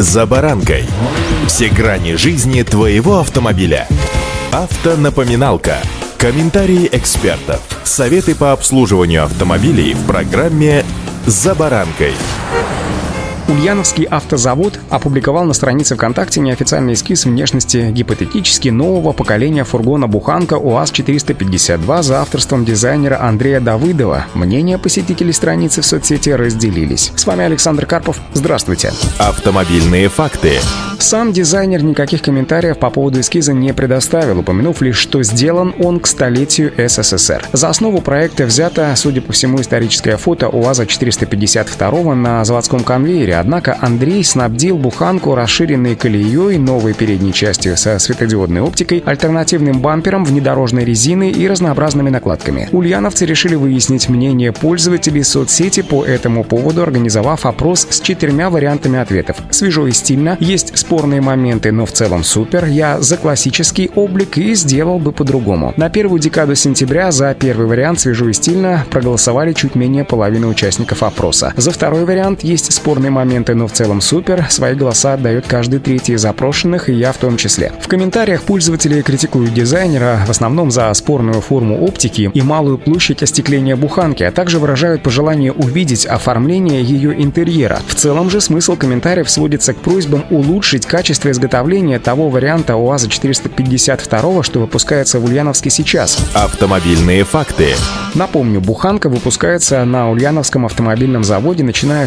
«За баранкой». Все грани жизни твоего автомобиля. Автонапоминалка. Комментарии экспертов. Советы по обслуживанию автомобилей в программе «За баранкой». Ульяновский автозавод опубликовал на странице ВКонтакте неофициальный эскиз внешности гипотетически нового поколения фургона-буханка УАЗ-452 за авторством дизайнера Андрея Давыдова. Мнения посетителей страницы в соцсети разделились. С вами Александр Карпов. Здравствуйте. Автомобильные факты. Сам дизайнер никаких комментариев по поводу эскиза не предоставил, упомянув лишь, что сделан он к столетию СССР. За основу проекта взято, судя по всему, историческое фото УАЗа-452 на заводском конвейере. Однако Андрей снабдил буханку расширенной колеей, новой передней частью со светодиодной оптикой, альтернативным бампером, внедорожной резиной и разнообразными накладками. Ульяновцы решили выяснить мнение пользователей соцсети по этому поводу, организовав опрос с 4 вариантами ответов. Свежо и стильно, есть спорные моменты, но в целом супер, я за классический облик и сделал бы по-другому. На первую декаду сентября за первый вариант свежо и стильно проголосовали чуть менее половины участников опроса. За второй вариант есть спорные моменты, но в целом супер. Свои голоса отдает каждый третий из опрошенных, и я в том числе. В комментариях пользователи критикуют дизайнера в основном за спорную форму оптики и малую площадь остекления буханки, а также выражают пожелание увидеть оформление ее интерьера. В целом же смысл комментариев сводится к просьбам улучшить качество изготовления того варианта УАЗа-452, что выпускается в Ульяновске сейчас. Автомобильные факты. Напомню, буханка выпускается на Ульяновском автомобильном заводе, начиная с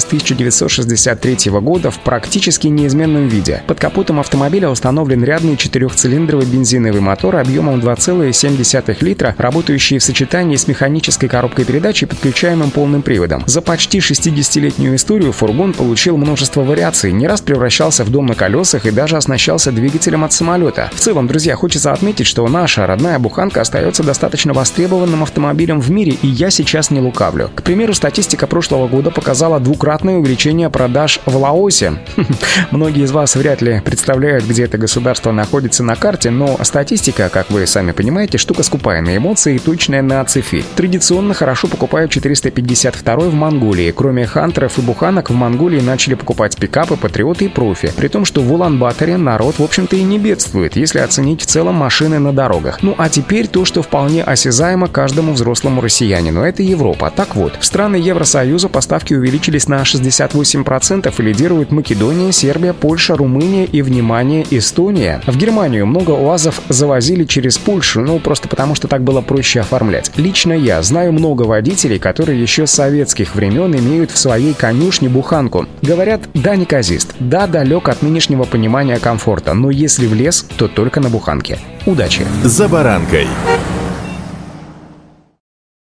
1963 года в практически неизменном виде. Под капотом автомобиля установлен рядный 4-цилиндровый бензиновый мотор объемом 2,7 литра, работающий в сочетании с механической коробкой передач и подключаемым полным приводом. За почти 60-летнюю историю фургон получил множество вариаций, не раз превращался в дом на колесах и даже оснащался двигателем от самолета. В целом, друзья, хочется отметить, что наша родная буханка остается достаточно востребованным автомобилем в мире, и я сейчас не лукавлю. К примеру, статистика прошлого года показала двукратное увеличение продаж в Лаосе. Многие из вас вряд ли представляют, где это государство находится на карте, но статистика, как вы сами понимаете, штука скупая на эмоции и точная на цифре. Традиционно хорошо покупают 452 в Монголии. Кроме хантеров и буханок, в Монголии начали покупать пикапы, патриоты и профи. При том, что в Улан-Баторе народ, в общем-то, и не бедствует, если оценить в целом машины на дорогах. Ну а теперь то, что вполне осязаемо каждому взрослому россиянину. Это Европа. Так вот, в страны Евросоюза поставки увеличились на 68% и лидируют Македония, Сербия, Польша, Румыния и, внимание, Эстония. В Германию много УАЗов завозили через Польшу, просто потому что так было проще оформлять. Лично я знаю много водителей, которые еще с советских времен имеют в своей конюшне буханку. Говорят, да, неказист, да, далек от нынешнего понимания комфорта, но если в лес, то только на буханке. Удачи! «За баранкой».